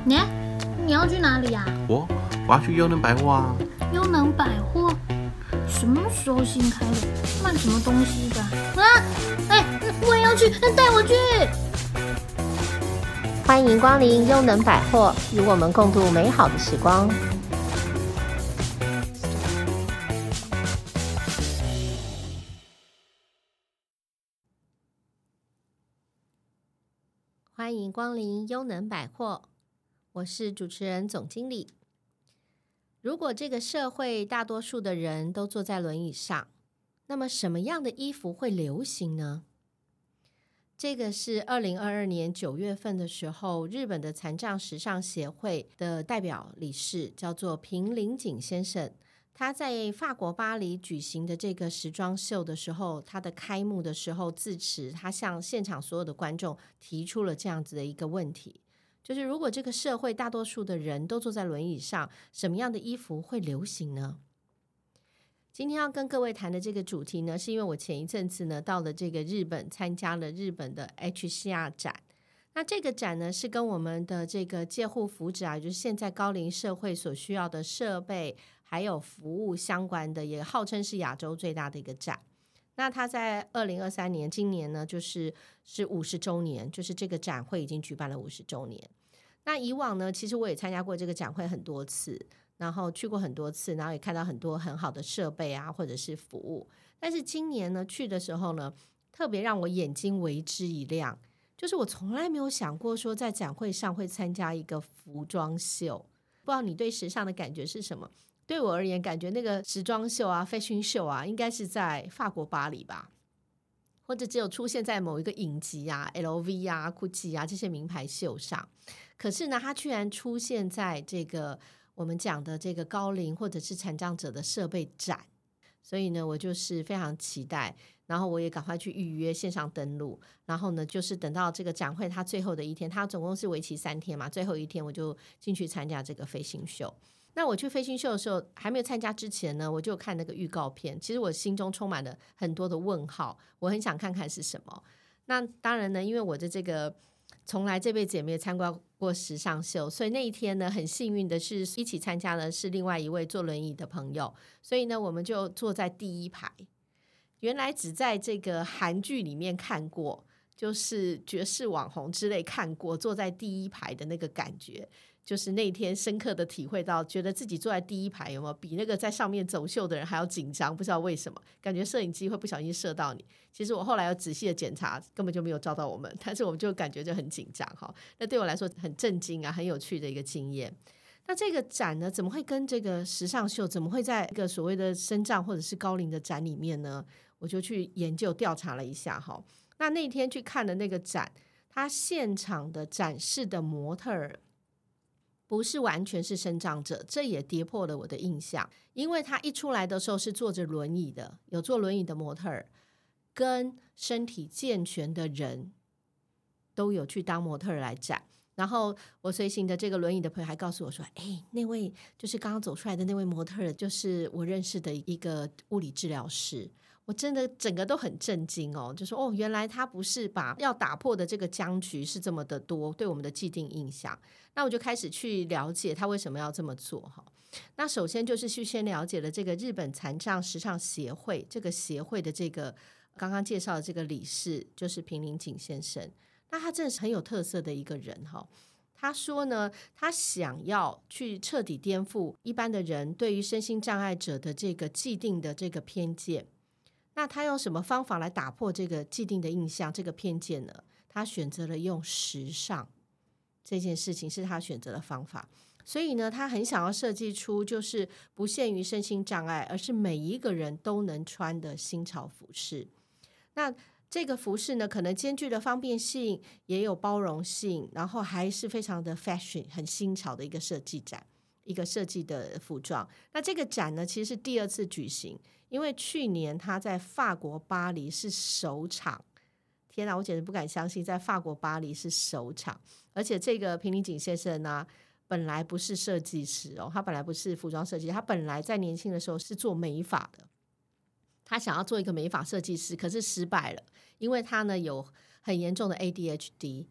你要去哪里啊？ 我要去优能百货啊。 优能百货什么时候新开的？卖什么东西的？我也要去，带我去。 欢迎光临优能百货，与我们共度美好的时光。欢迎光临优能百货，我是主持人总经理。如果这个社会大多数的人都坐在轮椅上，那么什么样的衣服会流行呢？这个是2022年9月份的时候，日本的残障时尚协会的代表理事叫做平林景先生，他在法国巴黎举行的这个时装秀的时候，他的开幕的时候致辞，他向现场所有的观众提出了这样子的一个问题，就是如果这个社会大多数的人都坐在轮椅上，什么样的衣服会流行呢？今天要跟各位谈的这个主题呢，是因为我前一阵子呢到了这个日本，参加了日本的 HCR 展。那这个展呢是跟我们的这个介护福祉就是现在高龄社会所需要的设备还有服务相关的，也号称是亚洲最大的一个展。那它在2023年今年呢是50周年，就是这个展会已经举办了50周年。那以往呢其实我也参加过这个展会很多次，然后去过很多次，然后也看到很多很好的设备啊或者是服务。但是今年呢去的时候呢，特别让我眼睛为之一亮，就是我从来没有想过说在展会上会参加一个服装秀。不知道你对时尚的感觉是什么？对我而言，感觉那个时装秀啊 fashion show 啊应该是在法国巴黎吧，或者只有出现在某一个影集啊 LV 啊 Gucci 啊这些名牌秀上。可是呢它居然出现在这个我们讲的这个高龄或者是残障者的设备展，所以呢我就是非常期待，然后我也赶快去预约线上登录，然后呢就是等到这个展会它最后的一天，它总共是为期3天嘛，最后一天我就进去参加这个飞行秀。那我去飞行秀的时候还没有参加之前呢，我就看那个预告片，其实我心中充满了很多的问号，我很想看看是什么。那当然呢因为我的这个从来这辈子也没有参加过时尚秀，所以那一天呢很幸运的是一起参加的是另外一位坐轮椅的朋友，所以呢我们就坐在第一排。原来只在这个韩剧里面看过，就是绝世网红之类看过坐在第一排的那个感觉，就是那天深刻的体会到，觉得自己坐在第一排有没有比那个在上面走秀的人还要紧张，不知道为什么感觉摄影机会不小心射到你。其实我后来有仔细的检查根本就没有照到我们，但是我们就感觉就很紧张。那对我来说很震惊啊，很有趣的一个经验。那这个展呢怎么会跟这个时尚秀怎么会在一个所谓的身障或者是高龄的展里面呢？我就去研究调查了一下。那天去看的那个展，它现场的展示的模特儿不是完全是身障者，这也跌破了我的印象，因为他一出来的时候是坐着轮椅的，有坐轮椅的模特儿跟身体健全的人都有去当模特儿来展。然后我随行的这个轮椅的朋友还告诉我说，那位就是刚刚走出来的那位模特儿就是我认识的一个物理治疗师。我真的整个都很震惊就说原来他不是把要打破的这个僵局是这么的多，对我们的既定印象。那我就开始去了解他为什么要这么做。那首先就是去先了解了这个日本残障时尚协会，这个协会的这个刚刚介绍的这个理事就是平林景先生。那他真的是很有特色的一个人。他说呢他想要去彻底颠覆一般的人对于身心障碍者的这个既定的这个偏见。那他用什么方法来打破这个既定的印象这个偏见呢？他选择了用时尚这件事情是他选择的方法。所以呢他很想要设计出就是不限于身心障碍，而是每一个人都能穿的新潮服饰。那这个服饰呢可能兼具了方便性也有包容性，然后还是非常的 fashion 很新潮的一个设计展，一个设计的服装。那这个展呢其实是第2次举行，因为去年他在法国巴黎是首场。天哪，我简直不敢相信在法国巴黎是首场。而且这个平林景先生呢本来不是设计师他本来不是服装设计，他本来在年轻的时候是做美发的。他想要做一个美发设计师，可是失败了，因为他呢有很严重的 ADHD，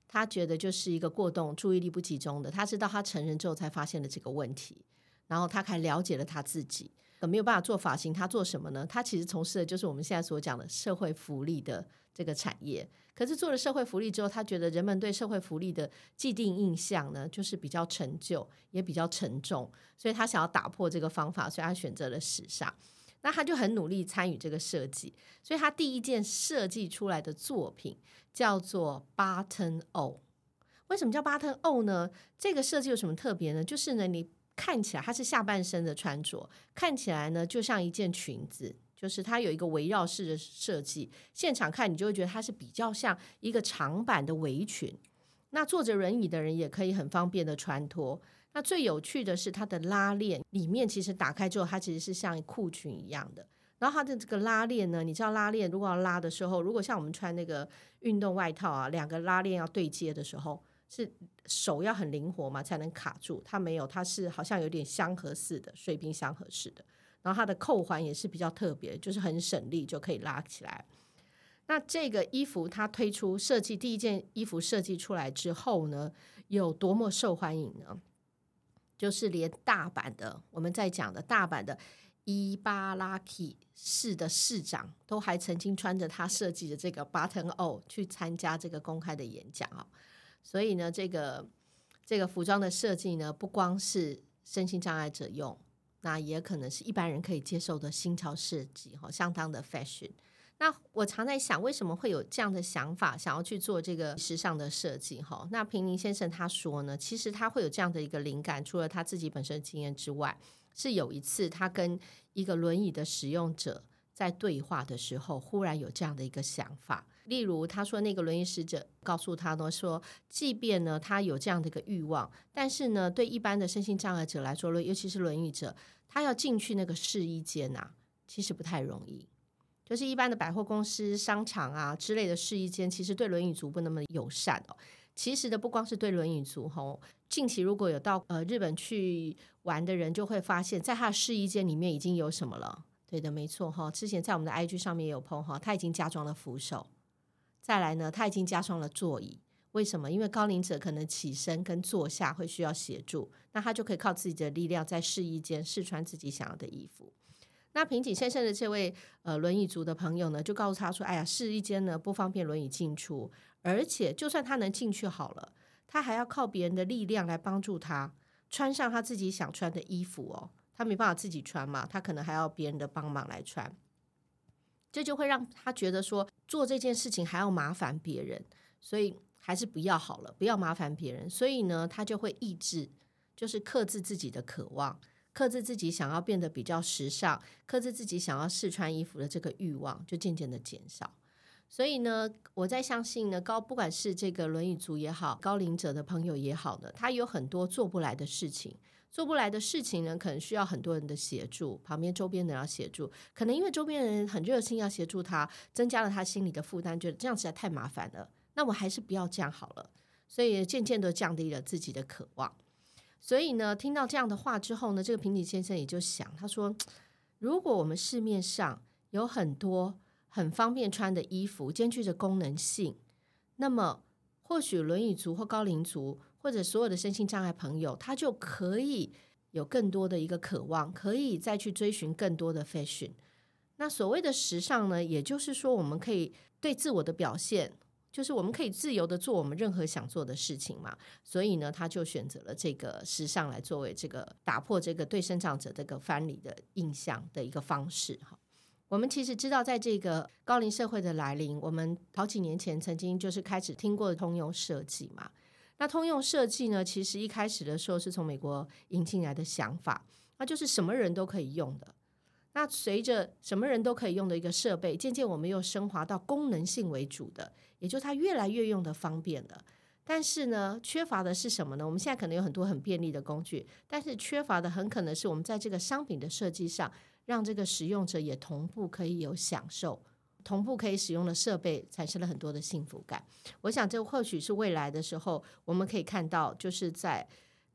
他觉得就是一个过动、注意力不集中的。他知道他成人之后才发现了这个问题，然后他还了解了他自己。没有办法做发型，他做什么呢？他其实从事的就是我们现在所讲的社会福利的这个产业。可是做了社会福利之后，他觉得人们对社会福利的既定印象呢，就是比较陈旧，也比较沉重，所以他想要打破这个方法，所以他选择了时尚。那他就很努力参与这个设计，所以他第一件设计出来的作品叫做 Button O。 为什么叫 Button O 呢？这个设计有什么特别呢？就是呢，你看起来它是下半身的穿着，看起来呢就像一件裙子，就是它有一个围绕式的设计，现场看你就会觉得它是比较像一个长版的围裙。那坐着轮椅的人也可以很方便的穿脱。那最有趣的是它的拉链里面其实打开之后，它其实是像裤裙一样的。然后它的这个拉链呢，你知道拉链如果要拉的时候，如果像我们穿那个运动外套啊，两个拉链要对接的时候，是手要很灵活嘛才能卡住，它没有，它是好像有点香盒式的，水平香盒式的。然后它的扣环也是比较特别，就是很省力就可以拉起来。那这个衣服它推出设计，第一件衣服设计出来之后呢，有多么受欢迎呢？就是连大阪的，我们在讲的大阪的伊巴拉基市的市长都还曾经穿着他设计的这个 Button O 去参加这个公开的演讲。所以呢，这个服装的设计呢，不光是身心障碍者用，那也可能是一般人可以接受的新潮设计，相当的 fashion。那我常在想，为什么会有这样的想法，想要去做这个时尚的设计？那平宁先生他说呢，其实他会有这样的一个灵感，除了他自己本身的经验之外，是有一次他跟一个轮椅的使用者在对话的时候，忽然有这样的一个想法。例如他说那个轮椅使者告诉他呢，说即便呢他有这样的一个欲望，但是呢对一般的身心障碍者来说，尤其是轮椅者，他要进去那个试衣间啊，其实不太容易。就是一般的百货公司、商场啊之类的试衣间，其实对轮椅族不那么友善。其实的不光是对轮椅族，近期如果有到日本去玩的人就会发现，在他的试衣间里面已经有什么了。对的，没错，之前在我们的 IG 上面也有 po， 他已经加装了扶手，再来呢他已经加装了座椅。为什么？因为高龄者可能起身跟坐下会需要协助，那他就可以靠自己的力量在试衣间试穿自己想要的衣服。那平井先生的这位轮椅族的朋友呢，就告诉他说，哎呀，试衣间呢不方便轮椅进出，而且就算他能进去好了，他还要靠别人的力量来帮助他穿上他自己想穿的衣服。他没办法自己穿嘛，他可能还要别人的帮忙来穿。这就会让他觉得说，做这件事情还要麻烦别人，所以还是不要好了，不要麻烦别人。所以呢，他就会抑制，就是克制自己的渴望，克制自己想要变得比较时尚，克制自己想要试穿衣服的这个欲望，就渐渐的减少。所以呢，我在相信呢，不管是这个轮椅族也好，高龄者的朋友也好呢，他有很多做不来的事情。做不来的事情呢，可能需要很多人的协助，旁边周边的人要协助，可能因为周边的人很热心要协助他，增加了他心里的负担，觉得这样实在太麻烦了，那我还是不要这样好了。所以渐渐的降低了自己的渴望。所以呢，听到这样的话之后呢，这个平井先生也就想，他说，如果我们市面上有很多很方便穿的衣服，兼具着功能性，那么或许轮椅族或高龄族或者所有的身心障碍朋友，他就可以有更多的一个渴望，可以再去追寻更多的 fashion。 那所谓的时尚呢，也就是说我们可以对自我的表现，就是我们可以自由的做我们任何想做的事情嘛。所以呢，他就选择了这个时尚来作为这个打破这个对身障者这个藩篱的印象的一个方式。我们其实知道，在这个高龄社会的来临，我们好几年前曾经就是开始听过通用设计嘛。那通用设计呢，其实一开始的时候是从美国引进来的想法，那就是什么人都可以用的。那随着什么人都可以用的一个设备，渐渐我们又升华到功能性为主的，也就是它越来越用的方便了。但是呢，缺乏的是什么呢？我们现在可能有很多很便利的工具，但是缺乏的很可能是我们在这个商品的设计上，让这个使用者也同步可以有享受，同步可以使用的设备产生了很多的幸福感。我想这或许是未来的时候我们可以看到，就是在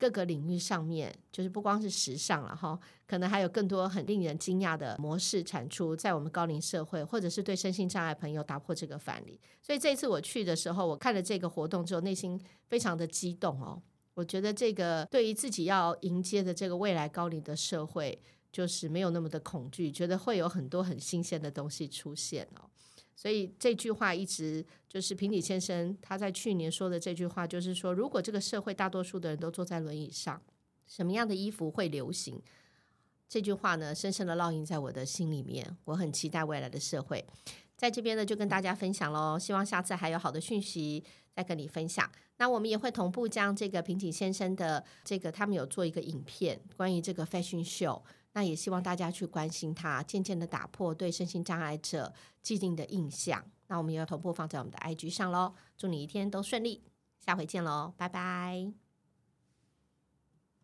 各个领域上面，就是不光是时尚了哈，可能还有更多很令人惊讶的模式产出在我们高龄社会，或者是对身心障碍朋友打破这个藩篱。所以这一次我去的时候，我看了这个活动之后，内心非常的激动哦。我觉得这个对于自己要迎接的这个未来高龄的社会，就是没有那么的恐惧，觉得会有很多很新鲜的东西出现哦。所以这句话一直就是平底先生他在去年说的这句话，就是说如果这个社会大多数的人都坐在轮椅上，什么样的衣服会流行？这句话呢深深的烙印在我的心里面，我很期待未来的社会。在这边呢就跟大家分享咯，希望下次还有好的讯息再跟你分享。那我们也会同步将这个平井先生的这个他们有做一个影片关于这个 fashion show，那也希望大家去关心它，渐渐的打破对身心障碍者既定的印象。那我们也要同步放在我们的 IG 上咯。祝你一天都顺利，下回见咯，拜拜。